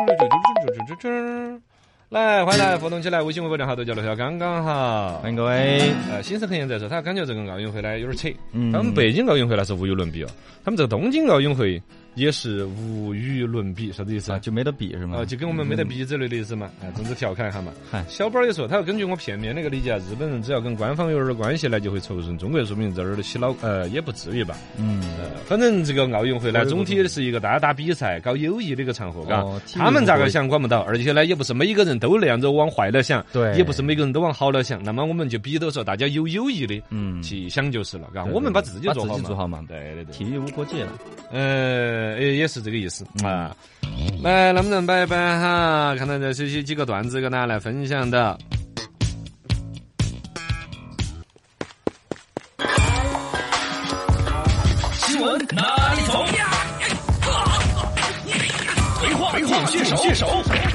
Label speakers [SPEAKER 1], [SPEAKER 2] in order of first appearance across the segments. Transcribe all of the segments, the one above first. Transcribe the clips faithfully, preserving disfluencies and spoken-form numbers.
[SPEAKER 1] 来，欢迎来互动起来，微信微博账号都叫了小刚刚好，
[SPEAKER 2] 欢迎各位。
[SPEAKER 1] 呃，新生很在说，他感觉这个奥运会呢有点扯，
[SPEAKER 2] 嗯
[SPEAKER 1] 他们北京奥运会那是无与伦比哦，他们这个东京奥运会也是无与伦比，啥子意思
[SPEAKER 2] 啊？就没得比是吗？
[SPEAKER 1] 啊，就跟我们没得比之类的意思嘛，啊，总之调侃一下嘛。
[SPEAKER 2] 嗨，
[SPEAKER 1] 小宝也说，他要根据我片面那个理解啊，日本人只要跟官方有点关系呢，就会凑成中国，说明这儿的洗脑，呃，也不至于吧。
[SPEAKER 2] 嗯，
[SPEAKER 1] 呃，反正这个奥运会呢，总体是一个大家打比赛、搞友谊的一个场合，嘎、
[SPEAKER 2] 哦。
[SPEAKER 1] 他们咋个想管不到，而且呢，也不是每一个人都那样子往坏了想，
[SPEAKER 2] 对，
[SPEAKER 1] 也不是每个人都往好了想。那么我们就比到说，大家有友谊的，
[SPEAKER 2] 嗯，
[SPEAKER 1] 去想就是了，嘎。
[SPEAKER 2] 对对对，
[SPEAKER 1] 我们把自己做好嘛，
[SPEAKER 2] 把自己做好嘛。
[SPEAKER 1] 对对对，
[SPEAKER 2] 体育无国界了。
[SPEAKER 1] 呃，也也是这个意思、嗯、啊。来，能不能摆一摆哈？看到这些些几个段子跟大家来分享的。
[SPEAKER 3] 新闻哪里走？回话回话血手血手。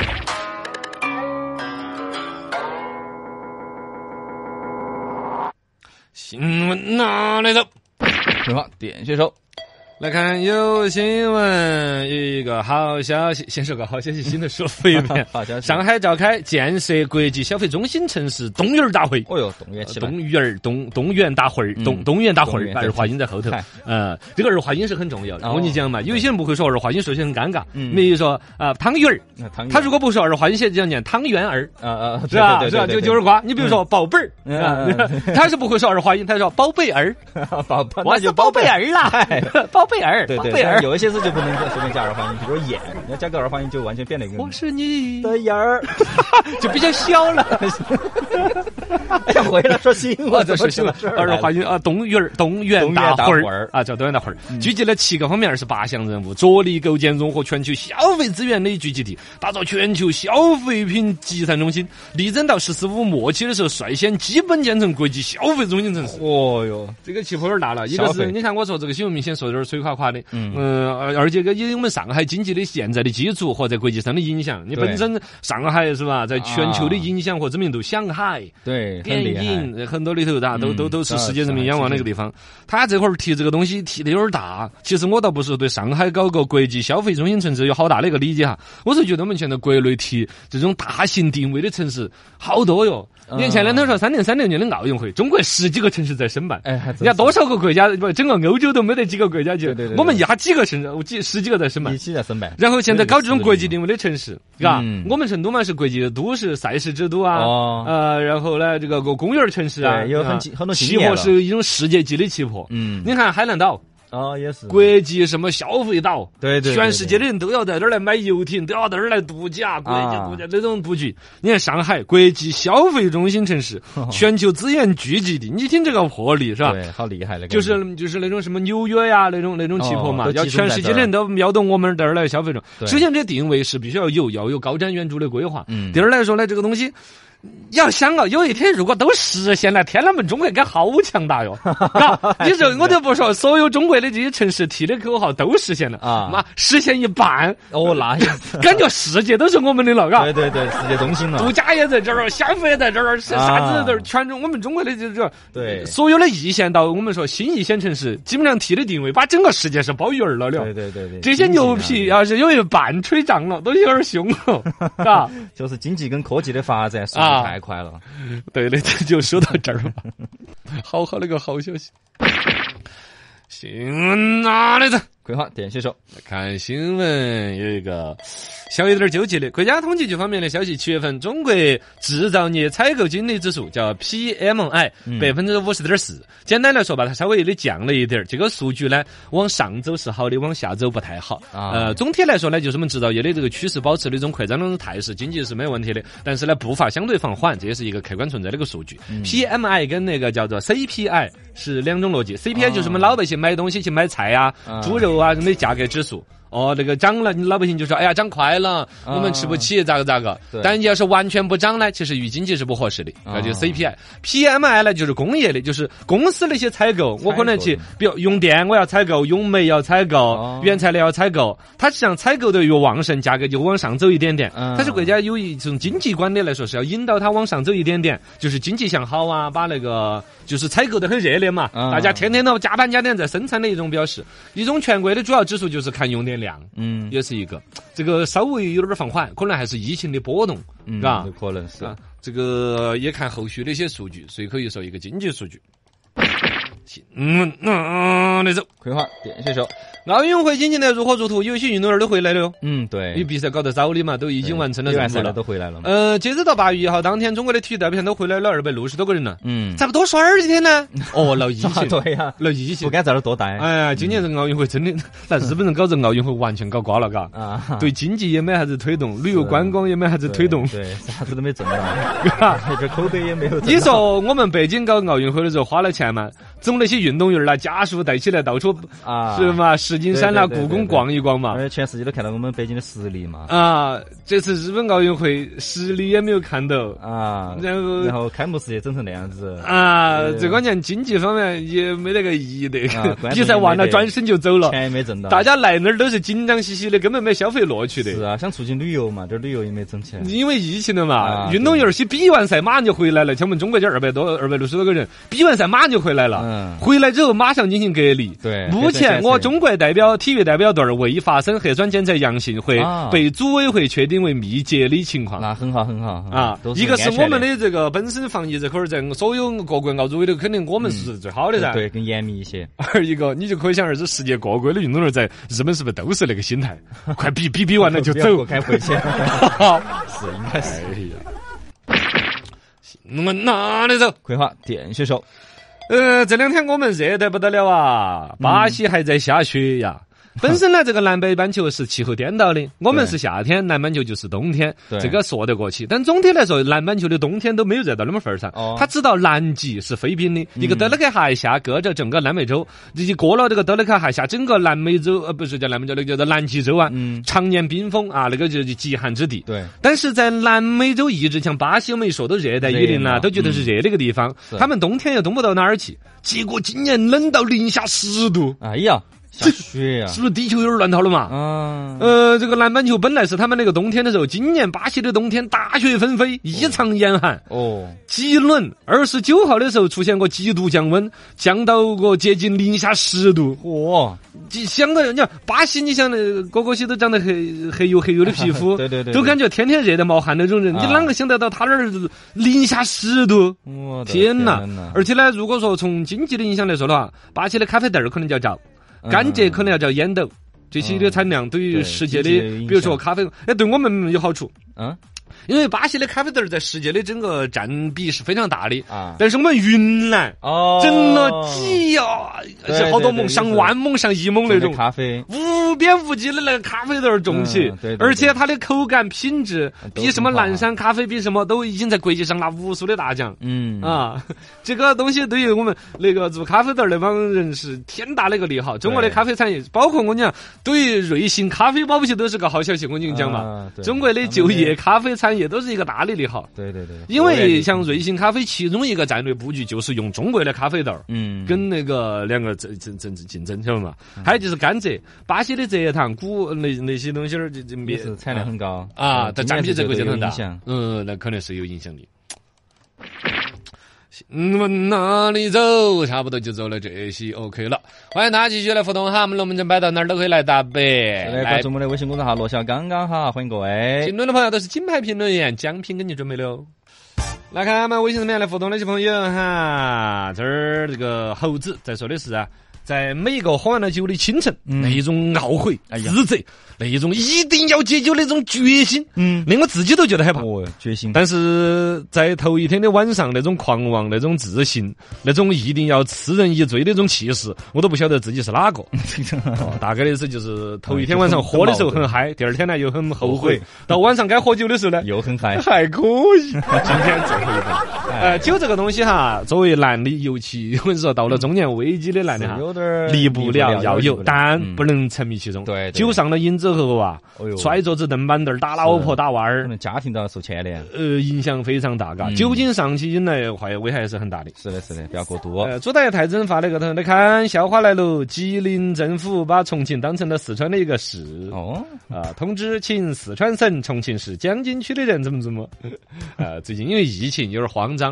[SPEAKER 1] 新闻哪里走？
[SPEAKER 2] 回话点穴手。
[SPEAKER 1] 来看有新闻，一个好消息，先说个好消息，新的说一遍。
[SPEAKER 2] 好消息，
[SPEAKER 1] 上海召开建设国际消费中心城市动员大会。
[SPEAKER 2] 哦哟，动员起来！
[SPEAKER 1] 动员动动员大会，动动员大会，儿化音在后头。呃，这个儿化音是很重要的。我跟你讲嘛，有些人不会说儿化音，说起很尴尬。比如说啊，汤圆儿，他如果不说儿化音，写这样念汤圆儿，
[SPEAKER 2] 啊啊，
[SPEAKER 1] 是吧？是吧？就就是瓜。你比如说宝贝儿，他是不会说儿化音，他说宝贝儿，
[SPEAKER 2] 宝
[SPEAKER 1] 我是宝贝儿啦，宝贝儿，
[SPEAKER 2] 对对。有一些字就不能随便加儿化音，比如眼，你要加个儿化音就完全变了一个。
[SPEAKER 1] 我是你
[SPEAKER 2] 的眼儿，
[SPEAKER 1] 就比较小了。
[SPEAKER 2] 哎呀，回来说新闻，
[SPEAKER 1] 这是新闻。儿化音啊，动员动员大会儿啊，叫动员大会儿。聚集了七个方面二十八项任务，着力构建融合全球消费资源的聚集地，打造全球消费品集散中心。力争到“十四五”末期的时候，率先基本建成国际消费中心城市。
[SPEAKER 2] 哦哟，
[SPEAKER 1] 这个气泡有点大了。一个是你看我说这个新闻明显说有点水垮垮的，嗯。嗯，而且个以我们上海经济的现在的基础和在国际上的影响，你本身上海是吧，在全球的影响和知名度，上海
[SPEAKER 2] 对
[SPEAKER 1] 电影很多里头的都都都是世界人民仰望的一个地方。他这会儿提这个东西提的有点大，其实我倒不是对上海搞个国际消费中心城市有好大的一个理解哈，我是觉得我们现在国内提这种大型定位的城市好多哟。年前两头说三零三六年的奥运会，中国十几个城市在申办，哎，人家多少个国家，不，整个欧洲都没得几个国家去，对对对，我们一下几个城市，几十几个在申办，
[SPEAKER 2] 一起在申办。
[SPEAKER 1] 然后现在搞这种国际定位的城市，是吧？嗯、我们成都嘛是国际的都市、赛事之都啊，哦、呃，然后呢，这个个公园城市啊，
[SPEAKER 2] 有很很多
[SPEAKER 1] 气候是一种世界级的气候。嗯，你看海南岛。
[SPEAKER 2] 哦，也是
[SPEAKER 1] 国际什么消费岛，
[SPEAKER 2] 对 对, 对, 对，
[SPEAKER 1] 全世界的人都要在这儿来买游艇，都要在这儿来度假，国际度假那种布局。你看上海国际消费中心城市，全球资源聚集地，你听这个魄力是吧？
[SPEAKER 2] 对，好厉害了。
[SPEAKER 1] 就是就是那种什么纽约呀，那种那种气魄嘛，要全世界的人都瞄到我们这儿来消费中。首先，这定位是必须要有，要有高瞻远瞩的规划。嗯。第二来说呢，这个东西。要想啊，有一天如果都实现了，天哪，们中国该好强大哟！你说我都不说，所有中国的这些城市提的口号都实现了啊，妈实现一半
[SPEAKER 2] 哦，那
[SPEAKER 1] 感觉世界都是我们的了，嘎。
[SPEAKER 2] 对对对，世界中心了，
[SPEAKER 1] 度假也在这儿，消费也在这儿，啥子都全中我们中国的这这
[SPEAKER 2] 对
[SPEAKER 1] 所有的一线到我们说新一线城市，基本上提的定位，把整个世界是包圆了了。
[SPEAKER 2] 对对对对，
[SPEAKER 1] 这些牛皮要是有一半吹胀了，都有点凶了，嘎。
[SPEAKER 2] 就是经济跟科技的发展速度太快了。
[SPEAKER 1] 对的，就说到这儿吧。好好的一个好消息。新闻哪里子？
[SPEAKER 2] 葵花点穴手。
[SPEAKER 1] 看新闻有一个小有点纠结的，国家统计局方面的消息，七月份中国制造业采购经理指数叫 P M I 百分之五十点四。简单来说吧，它稍微的降了一点。这个数据呢，往上走是好的，往下走不太好。啊、呃，总体来说呢，就是我们制造业的这个趋势保持的一种扩张的态势，经济是没有问题的。但是呢，步伐相对放缓，这也是一个客观存在的一个数据。嗯、P M I 跟那个叫做 C P I 是两种逻辑。C P I 就是我们老百姓买东西去买菜啊、啊猪肉啊什么的价格指数。哦，那个涨了，你老百姓就说，哎呀，涨快了，我们吃不起，咋个咋个。但你要是完全不涨呢，其实与经济是不合适的，那就是 C P I。P M I 呢，就是工业的，就是公司那些采购，我可能去，比如用电我要采购，用煤要采购，原材料要采购，它实际上采购的越旺盛，价格就往上走一点点。但是国家有一种经济观点来说，是要引导它往上走一点点，就是经济向好啊，把那个就是采购的很热烈嘛，
[SPEAKER 2] 啊
[SPEAKER 1] 大家天天都加班加点在生产的一种表示。一种全国的主要指数就是看用电量，
[SPEAKER 2] 嗯
[SPEAKER 1] 也是一个。这个稍微有点放缓，可能还是疫情的波动，
[SPEAKER 2] 嗯，
[SPEAKER 1] 是吧
[SPEAKER 2] 有？可能是
[SPEAKER 1] 啊，这个也看后续的一些数据，随口一说一个经济数据。嗯嗯，那走。
[SPEAKER 2] 葵花点穴手。
[SPEAKER 1] 奥运会今年的如火如荼，有些运动员都回来了哟。
[SPEAKER 2] 嗯，对，
[SPEAKER 1] 因为比赛搞得早的嘛，都已经完成了
[SPEAKER 2] 对完赛了，
[SPEAKER 1] 任务了。
[SPEAKER 2] 都回来了嘛。
[SPEAKER 1] 呃，截止到八月一号当天，中国的体育代表团都回来了二百六十多个人了。
[SPEAKER 2] 嗯，
[SPEAKER 1] 咋不多耍二几天呢？哦，闹疫情，
[SPEAKER 2] 对呀，
[SPEAKER 1] 闹疫情
[SPEAKER 2] 不。该在这儿多待。
[SPEAKER 1] 哎呀，今年这个奥运会真的，那日本人搞这个奥运会完全搞瓜了，嘎。
[SPEAKER 2] 啊，
[SPEAKER 1] 对经济也没啥子推动，旅游观光也没啥子推动。
[SPEAKER 2] 对，对啥子都没挣到，
[SPEAKER 1] 嘎
[SPEAKER 2] 这口碑也没有挣到。
[SPEAKER 1] 你说我们北京搞奥运会的时候花了钱嘛？整那些运动员啦，家属带起来到处
[SPEAKER 2] 啊，
[SPEAKER 1] 是嘛？石景山啦、
[SPEAKER 2] 对对对对
[SPEAKER 1] 故宫逛一逛嘛。
[SPEAKER 2] 而且全世界都看到我们北京的实力嘛。
[SPEAKER 1] 啊，这次日本奥运会实力也没有看到。
[SPEAKER 2] 啊，
[SPEAKER 1] 然后
[SPEAKER 2] 然后开幕式也整成那样子。
[SPEAKER 1] 啊，
[SPEAKER 2] 对
[SPEAKER 1] 最关键经济方面也没那个意义的，
[SPEAKER 2] 啊关键
[SPEAKER 1] 比赛完了
[SPEAKER 2] 也没得
[SPEAKER 1] 转身就走了，
[SPEAKER 2] 钱也没挣到。
[SPEAKER 1] 大家来那儿都是紧张兮兮的，根本没消费乐趣的。
[SPEAKER 2] 是啊，想促进旅游嘛，这旅游也没挣钱。
[SPEAKER 1] 因为疫情了嘛，
[SPEAKER 2] 啊
[SPEAKER 1] 运动员儿些比完赛马上就回来了，像我们中国就二百多、二百六十多个人，比完赛马上就回来了。
[SPEAKER 2] 嗯
[SPEAKER 1] 回来之后马上进行隔离。
[SPEAKER 2] 对
[SPEAKER 1] 目前我中国代表体育代表队儿未发生核酸检测阳性，会
[SPEAKER 2] 啊
[SPEAKER 1] 被组委会确定为密接的情况。
[SPEAKER 2] 那很好很好
[SPEAKER 1] 啊，
[SPEAKER 2] 都
[SPEAKER 1] 一个是
[SPEAKER 2] 安全
[SPEAKER 1] 我们的这个本身防疫这块儿，在所有各国奥组委的肯定我们是最好的噻。
[SPEAKER 2] 对，更严密一些。
[SPEAKER 1] 而一个你就可以想而知，世界各国的运动员在日本是不是都是那个心态？快比比比完了就走，
[SPEAKER 2] 开回去。是应该是。
[SPEAKER 1] 哎呀，那么哪里走？
[SPEAKER 2] 葵花点穴手。
[SPEAKER 1] 呃，这两天我们热得不得了啊！巴西还在下雪呀。本身呢，这个南北半球是气候颠倒的，我们是夏天，南半球就是冬天，
[SPEAKER 2] 对
[SPEAKER 1] 这个说得过去。但总体来说，南半球的冬天都没有热到那么份儿上。
[SPEAKER 2] 哦
[SPEAKER 1] 它知道南极是非冰的，一个德雷克海峡隔着整个南美洲，你过了这个德雷克海峡，整个南美洲呃不是叫南美洲，那个叫做南极洲啊，
[SPEAKER 2] 嗯
[SPEAKER 1] 常年冰封啊，那个就是极寒之地。
[SPEAKER 2] 对，
[SPEAKER 1] 但是在南美洲一直像巴西，我们一说都热带雨林啦，
[SPEAKER 2] 热嘛
[SPEAKER 1] 都觉得是热的一个地方，
[SPEAKER 2] 是
[SPEAKER 1] 他们冬天又冻不到哪儿去。结果今年冷到零下十度，
[SPEAKER 2] 哎呀，下雪呀！
[SPEAKER 1] 是不是地球有点乱套了嘛？
[SPEAKER 2] 啊，
[SPEAKER 1] 呃，这个南半球本来是他们那个冬天的时候，今年巴西的冬天大雪纷飞，异常严寒。
[SPEAKER 2] 哦，
[SPEAKER 1] 极冷，二十九号的时候出现过极度降温，降到过接近零下十度。
[SPEAKER 2] 嚯，
[SPEAKER 1] 你想到你看巴西，你想那个个个些都长得黑黑黝黑黝的皮肤，
[SPEAKER 2] 对对对对
[SPEAKER 1] 都感觉天天热得冒汗那种人，
[SPEAKER 2] 啊
[SPEAKER 1] 你啷个想得到他那儿零下十度？
[SPEAKER 2] 我的
[SPEAKER 1] 天哪！
[SPEAKER 2] 哪！
[SPEAKER 1] 而且呢，如果说从经济的影响来说的话，巴西的咖啡豆儿可能就要着，甘蔗可能要着烟豆，这些的产量对于
[SPEAKER 2] 对
[SPEAKER 1] 世界的
[SPEAKER 2] 经济的影，响
[SPEAKER 1] 比如说咖啡，哎，对我们有好处。
[SPEAKER 2] 嗯
[SPEAKER 1] 因为巴西的咖啡豆儿在世界的整个占比是非常大的，
[SPEAKER 2] 啊，
[SPEAKER 1] 但是我们云南
[SPEAKER 2] 哦，
[SPEAKER 1] 整了几啊，
[SPEAKER 2] 对
[SPEAKER 1] 是好多亩，
[SPEAKER 2] 对对
[SPEAKER 1] 上万亩、上亿亩那种
[SPEAKER 2] 咖啡，
[SPEAKER 1] 无边无际的那个咖啡豆儿种起
[SPEAKER 2] 嗯对对，对
[SPEAKER 1] 而且它的口感品质
[SPEAKER 2] 都
[SPEAKER 1] 比什么
[SPEAKER 2] 很好
[SPEAKER 1] 蓝山咖啡比什么都已经在国际上拿无数的大奖。
[SPEAKER 2] 嗯
[SPEAKER 1] 啊，这个东西对于我们那个做咖啡豆儿那帮人是天大的一个利好。中国的咖啡产业，包括我讲，对于瑞幸咖啡保不齐都是个好消息。我跟你讲嘛
[SPEAKER 2] 啊，对
[SPEAKER 1] 中国的就业咖啡产业都是一个大的利好。
[SPEAKER 2] 对对对，
[SPEAKER 1] 因为像瑞幸咖啡，其中一个战略布局就是用中国的咖啡豆儿。
[SPEAKER 2] 嗯
[SPEAKER 1] 跟那个两个争争争竞争，晓得嘛？还有就是甘蔗，巴西的蔗糖、谷那那些东西儿，这这
[SPEAKER 2] 也是产量很高
[SPEAKER 1] 啊，它占比这个就很大
[SPEAKER 2] 影响。
[SPEAKER 1] 嗯，那可能是有影响力。嗯，往哪里走？差不多就走了这些 OK 了。欢迎大家继续来互动哈，我们龙门阵摆到哪儿都可以来答白。
[SPEAKER 2] 来关注我们的微信公众号“罗小刚刚好”，欢迎各位。
[SPEAKER 1] 评论的朋友都是金牌评论员，奖品给你准备了哦。来看我们微信上面来互动的一些朋友哈，这儿这个猴子在说的是啊，在每一个喝完了酒的清晨，
[SPEAKER 2] 嗯
[SPEAKER 1] 那一种懊悔、
[SPEAKER 2] 哎呀
[SPEAKER 1] 自责，那一种一定要戒酒的那种决心，
[SPEAKER 2] 嗯，
[SPEAKER 1] 令我自己都觉得害怕。
[SPEAKER 2] 哦，决心。
[SPEAKER 1] 但是在头一天的晚上，那种狂妄、那种自信、那种一定要刺人一醉的那种气势，我都不晓得自己是哪个。哦、大概的意思就是头一天晚上喝的时候很嗨，第二天呢又很后悔，到晚上该喝酒的时候呢
[SPEAKER 2] 又很嗨，
[SPEAKER 1] 还可以。今天最后一份，呃，酒这个东西哈，作为男的，尤其我跟你说，到了中年危机的男的哈，
[SPEAKER 2] 有点
[SPEAKER 1] 离不了，要有，但
[SPEAKER 2] 嗯
[SPEAKER 1] 不能沉迷其中。
[SPEAKER 2] 对，对
[SPEAKER 1] 酒上了瘾之后啊，
[SPEAKER 2] 哎呦
[SPEAKER 1] 摔桌子、蹬板凳、打老婆、打娃
[SPEAKER 2] 可
[SPEAKER 1] 儿，
[SPEAKER 2] 能家庭都要受牵连。
[SPEAKER 1] 呃，影响非常大，嘎。
[SPEAKER 2] 嗯
[SPEAKER 1] 酒精上起瘾来，坏危害是很大的。
[SPEAKER 2] 是的，是的，不要过度。
[SPEAKER 1] 呃，朱大爷太子发那个头，你看笑话来了，吉林政府把重庆当成了四川的一个市。
[SPEAKER 2] 哦，
[SPEAKER 1] 啊，通知请四川省重庆市江津区的人怎么怎么。呃，最近因为疫情有点慌张，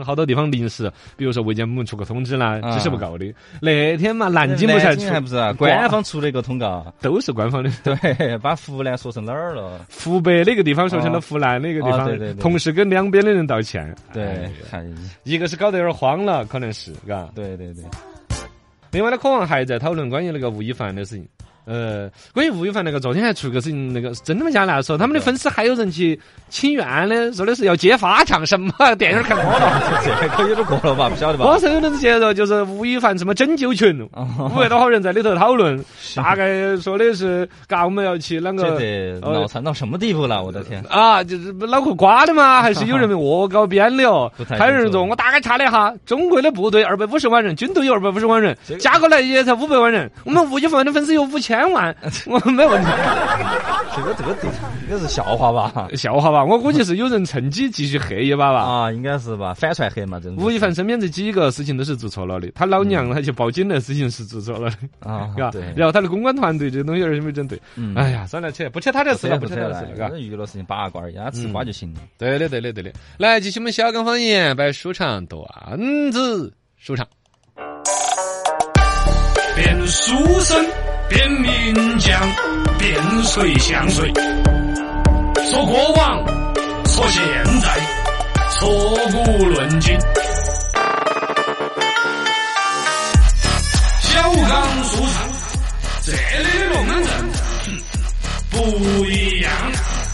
[SPEAKER 1] 方，好多地方临时，比如说卫健部出个通知啦，
[SPEAKER 2] 啊
[SPEAKER 1] 这是不够的。那天嘛，南京不是还出，
[SPEAKER 2] 还不是啊官方出了一个通告，
[SPEAKER 1] 都是官方的。
[SPEAKER 2] 对，把湖南说成哪儿了？
[SPEAKER 1] 湖北那个地方说成了湖南那个地方，
[SPEAKER 2] 哦对对对
[SPEAKER 1] 同时跟两边的人道歉。
[SPEAKER 2] 对
[SPEAKER 1] 哎，
[SPEAKER 2] 还
[SPEAKER 1] 一个是搞得有点慌了，可能是，嘎。
[SPEAKER 2] 对对对，
[SPEAKER 1] 另外呢，科王还在讨论关于那个吴亦凡的事情。呃，关于吴亦凡那个，昨天还出个事情，那个真的吗？假的？说他们的粉丝还有人去请愿的，说的是要接发场什么电影看多了，
[SPEAKER 2] 这可有点过了吧？不晓得吧？
[SPEAKER 1] 我是有人接着就是吴亦凡什么拯救群，五百多号人在里头讨论，大概说的是，嘎，我们要去那个
[SPEAKER 2] 这得脑残到什么地步了？我的天！
[SPEAKER 1] 啊，就是脑壳瓜的吗？还是有人恶搞编的哦？
[SPEAKER 2] 不太
[SPEAKER 1] 还有人
[SPEAKER 2] 清楚
[SPEAKER 1] 说，我大概查了一下，中国的部队二百五十万人，军队有二百五十万人，加过来也才五百万人，我们吴亦凡的粉丝有五千万，我没问题。
[SPEAKER 2] 这个这个这个是笑话吧？
[SPEAKER 1] 笑话吧，我估计是有人趁机继续黑一把吧。
[SPEAKER 2] 啊，应该是吧？反串黑嘛，这种。
[SPEAKER 1] 吴亦凡身边这几个事情都是做错了的，他老娘他去报警的事情是做错了的
[SPEAKER 2] 啊，
[SPEAKER 1] 是吧？
[SPEAKER 2] 对。
[SPEAKER 1] 然后他的公关团队这东西儿有没有整对？
[SPEAKER 2] 嗯，
[SPEAKER 1] 哎呀，算了，扯不扯他的事了，不扯他的事了，嘎。
[SPEAKER 2] 娱乐事情八卦而已，啊，吃瓜就行了。
[SPEAKER 1] 对的，对的，对的。来，继续我们小刚方言摆书场段子书场。
[SPEAKER 3] 变书生，变名将，变谁像谁？说过往，说现在，错古论今。小刚书场，这里的龙门阵不一样。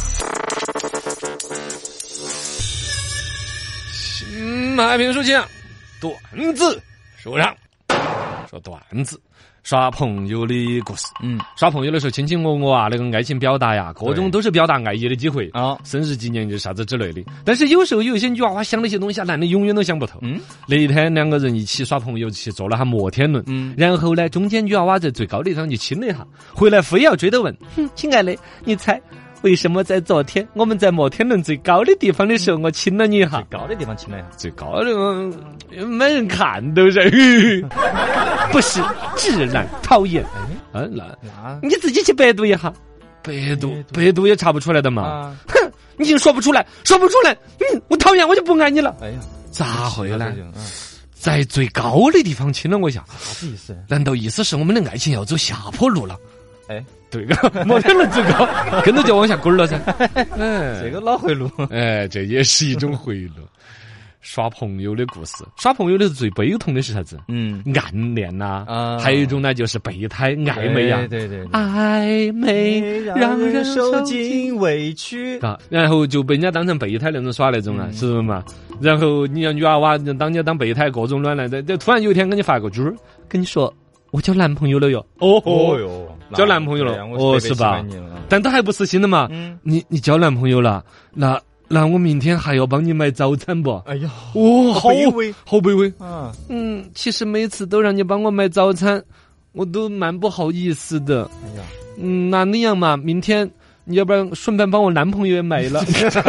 [SPEAKER 1] 嗯，买评书讲段子书场，说段子。耍朋友的故事，
[SPEAKER 2] 嗯，
[SPEAKER 1] 耍朋友的时候卿卿我我啊，那个爱情表达呀，各种都是表达爱意的机会
[SPEAKER 2] 啊，
[SPEAKER 1] 生日纪念日啥子之类的。但是有时候有一些女娃娃想那些东西啊，男的永远都想不透。
[SPEAKER 2] 嗯，
[SPEAKER 1] 那一天两个人一起耍朋友去坐了下摩天轮，嗯，然后呢，中间女娃娃在最高的地方就亲了一下，回来非要追着问，哼，亲爱的，你猜？为什么在昨天我们在摩天轮最高的地方的时候，我亲了你一下？
[SPEAKER 2] 最高的地方亲了一下，
[SPEAKER 1] 最高的嗯没人看，对不对？不是，直男讨厌。嗯，那你自己去百度一下，百度百度也查不出来的嘛。
[SPEAKER 2] 啊、
[SPEAKER 1] 哼，你就说不出来，说不出来。嗯，我讨厌，我就不爱你了。
[SPEAKER 2] 哎呀，
[SPEAKER 1] 咋会呢？在最高的地方亲了我一下，
[SPEAKER 2] 啥意思？
[SPEAKER 1] 难道意思是我们的爱情要走下坡路了？
[SPEAKER 2] 哎，
[SPEAKER 1] 对个，摩天轮最高，跟着就往下滚了噻。
[SPEAKER 2] 哎，这个脑回路，
[SPEAKER 1] 哎，这也是一种回路。耍朋友的故事，耍朋友的最悲痛的是啥子？嗯，暗恋呐、啊，还有一种呢就是备胎暧昧呀、啊，
[SPEAKER 2] 对对对，
[SPEAKER 1] 暧昧让人
[SPEAKER 2] 受尽委屈
[SPEAKER 1] 啊，然后就被人家当成备胎那种耍那种啊，嗯、是不是嘛？然后你要女娃娃当你当备胎，各种乱来的，突然有一天给你发个句儿，跟你说我交男朋友了哟，哦哦哟，交男朋友了，哦是吧？但他还不死心的嘛，嗯、你你交男朋友了，那。那我明天还要帮你买早餐不？哎呀，哦，好卑微，好卑微啊！嗯，其实每次都让你帮我买早餐，我都蛮不好意思的。哎呀，嗯，那那样嘛，明天你要不然顺便帮我男朋友也买了，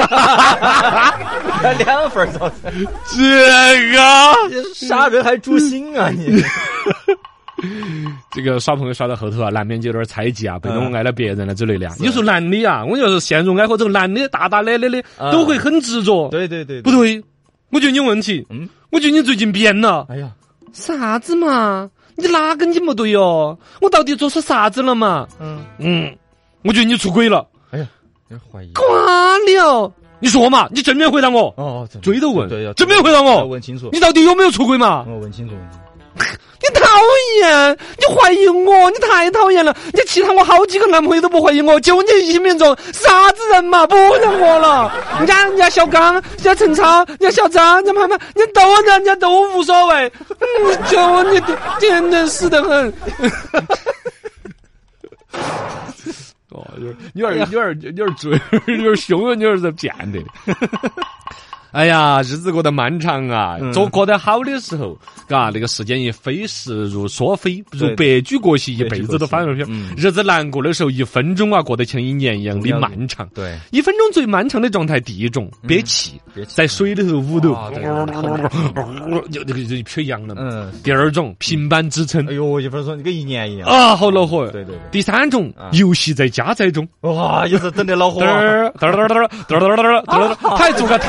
[SPEAKER 2] 两份早餐，
[SPEAKER 1] 这个
[SPEAKER 2] 杀人还诛心啊你！
[SPEAKER 1] 这个耍朋友耍到后头啊，难免就有点猜忌啊，被动爱了别人了之类的啊。有时候男的啊，我就是陷入爱河之后，男的大大咧咧的都会很执着。
[SPEAKER 2] 对对对，
[SPEAKER 1] 不对，我觉得你有问题。嗯，我觉得你最近变了。哎呀，啥子嘛？你哪根筋不对哦？我到底做错啥子了嘛？嗯嗯，我觉得你出轨了。哎呀，有点怀疑。挂了。你说嘛？你正面回答我。哦，追着问。对，正面回答我。
[SPEAKER 2] 问清楚。
[SPEAKER 1] 你到底有没有出轨嘛？
[SPEAKER 2] 我问清楚。
[SPEAKER 1] 你讨厌，你怀疑我，你太讨厌了！你其他我好几个男朋友都不怀疑我，就你心目中啥子人嘛？不认我了。人家人家小刚，人家陈超，人家小张，人家潘潘，人家都人家都无所谓。嗯，就你真的是的很。哦，有点有点有点有点追，有点凶，有点在骗的。哎呀，日子过得漫长啊！做过得好的时候，嘎，那个时间一飞逝如梭飞，如白驹过隙，一辈子都翻了篇。日子难过的时候，一分钟啊，过得像一年一样的漫长。对，一分钟最漫长的状态，第一种憋气，在水里头捂头，就那个就一撇羊了。嗯。第二种平板支撑，
[SPEAKER 2] 哎呦，一分钟跟一年一样
[SPEAKER 1] 啊，好恼火。
[SPEAKER 2] 对对。
[SPEAKER 1] 第三种游戏在加载中，
[SPEAKER 2] 哇，又是真的恼火。
[SPEAKER 1] 嘚嘚嘚嘚嘚嘚嘚嘚嘚，他还做个特效，那么。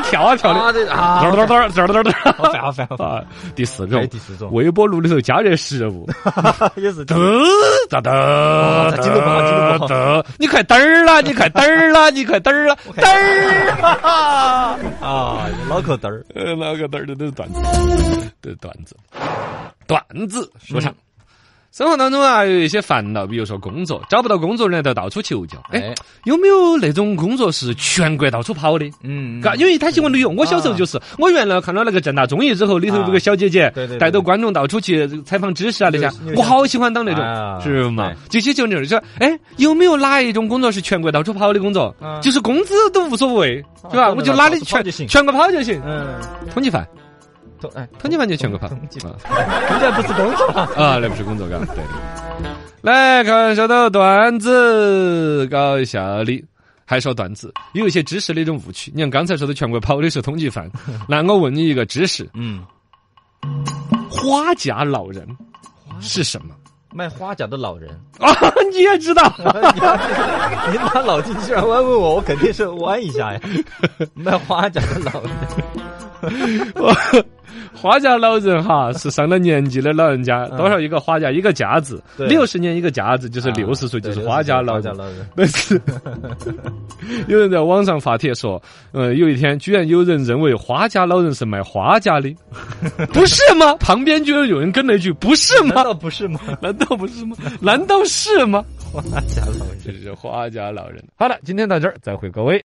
[SPEAKER 1] 跳啊跳的，
[SPEAKER 2] 啊对啊，
[SPEAKER 1] 嘚嘚嘚嘚嘚嘚
[SPEAKER 2] 好烦好烦好烦。
[SPEAKER 1] 啊！第四种
[SPEAKER 2] 还有，第四种，
[SPEAKER 1] 微波炉里头加热食物，
[SPEAKER 2] 也是
[SPEAKER 1] 嘚哒哒
[SPEAKER 2] 哇这记录不好记录不好
[SPEAKER 1] 嘚，你快嘚儿啦，你快嘚儿啦，你快嘚儿啦，嘚儿！
[SPEAKER 2] 啊，脑壳嘚儿。
[SPEAKER 1] 呃，那个嘚儿的都是段子，都是段子，段子说唱。生活当中啊，有一些烦恼，比如说工作找不到工作，人都到处求教。哎
[SPEAKER 2] 哎，
[SPEAKER 1] 有没有那种工作是全国到处跑的？
[SPEAKER 2] 嗯，
[SPEAKER 1] 嘎，因为他喜欢旅游。我小时候就是，我原来看到那个正大综艺之后，里头有个小姐姐
[SPEAKER 2] 对对对
[SPEAKER 1] 带着观众到处去采访知识啊那些
[SPEAKER 2] 有，有
[SPEAKER 1] 我好喜欢当那
[SPEAKER 2] 啊
[SPEAKER 1] 种，是吗？这些就那种说，哎，有没有哪一种工作是全国到处跑的工作？
[SPEAKER 2] 嗯
[SPEAKER 1] 就是工资都无所谓，是吧？
[SPEAKER 2] 啊
[SPEAKER 1] 我就哪里
[SPEAKER 2] 到处跑
[SPEAKER 1] 全
[SPEAKER 2] 就行
[SPEAKER 1] 全国跑就行。
[SPEAKER 2] 嗯，
[SPEAKER 1] 通缉犯，
[SPEAKER 2] 统哎，
[SPEAKER 1] 通缉犯就全国跑。
[SPEAKER 2] 统计
[SPEAKER 1] 啊
[SPEAKER 2] 人家不是工作吗？
[SPEAKER 1] 啊，那不是工作，嘎，对。来看下头段子，搞笑的。还说段子，有一些知识的一种误区。你看刚才说的全国跑的是通缉犯，那我问你一个知识：
[SPEAKER 2] 嗯，
[SPEAKER 1] 花甲老人是什么？
[SPEAKER 2] 卖花甲的老人。
[SPEAKER 1] 啊，你也知道？
[SPEAKER 2] 你拿脑筋急转弯问我，我肯定是弯一下呀。卖花甲的老人。
[SPEAKER 1] 花甲老人哈是上了年纪的老人家，
[SPEAKER 2] 嗯
[SPEAKER 1] 多少一个花甲一个甲字，
[SPEAKER 2] 对
[SPEAKER 1] 六十年一个甲字，就是
[SPEAKER 2] 啊
[SPEAKER 1] 六十岁就是
[SPEAKER 2] 对
[SPEAKER 1] 花甲老人。
[SPEAKER 2] 花甲老人。
[SPEAKER 1] 但是有人在网上发帖说，呃，有一天居然有人认为花甲老人是卖花甲的，不是吗？旁边就有人跟了一句：“不是吗？
[SPEAKER 2] 难道不是吗？
[SPEAKER 1] 难道不是吗？难道是吗
[SPEAKER 2] 花甲老人。”
[SPEAKER 1] 这是花甲老人。好了，今天到这儿，再会各位。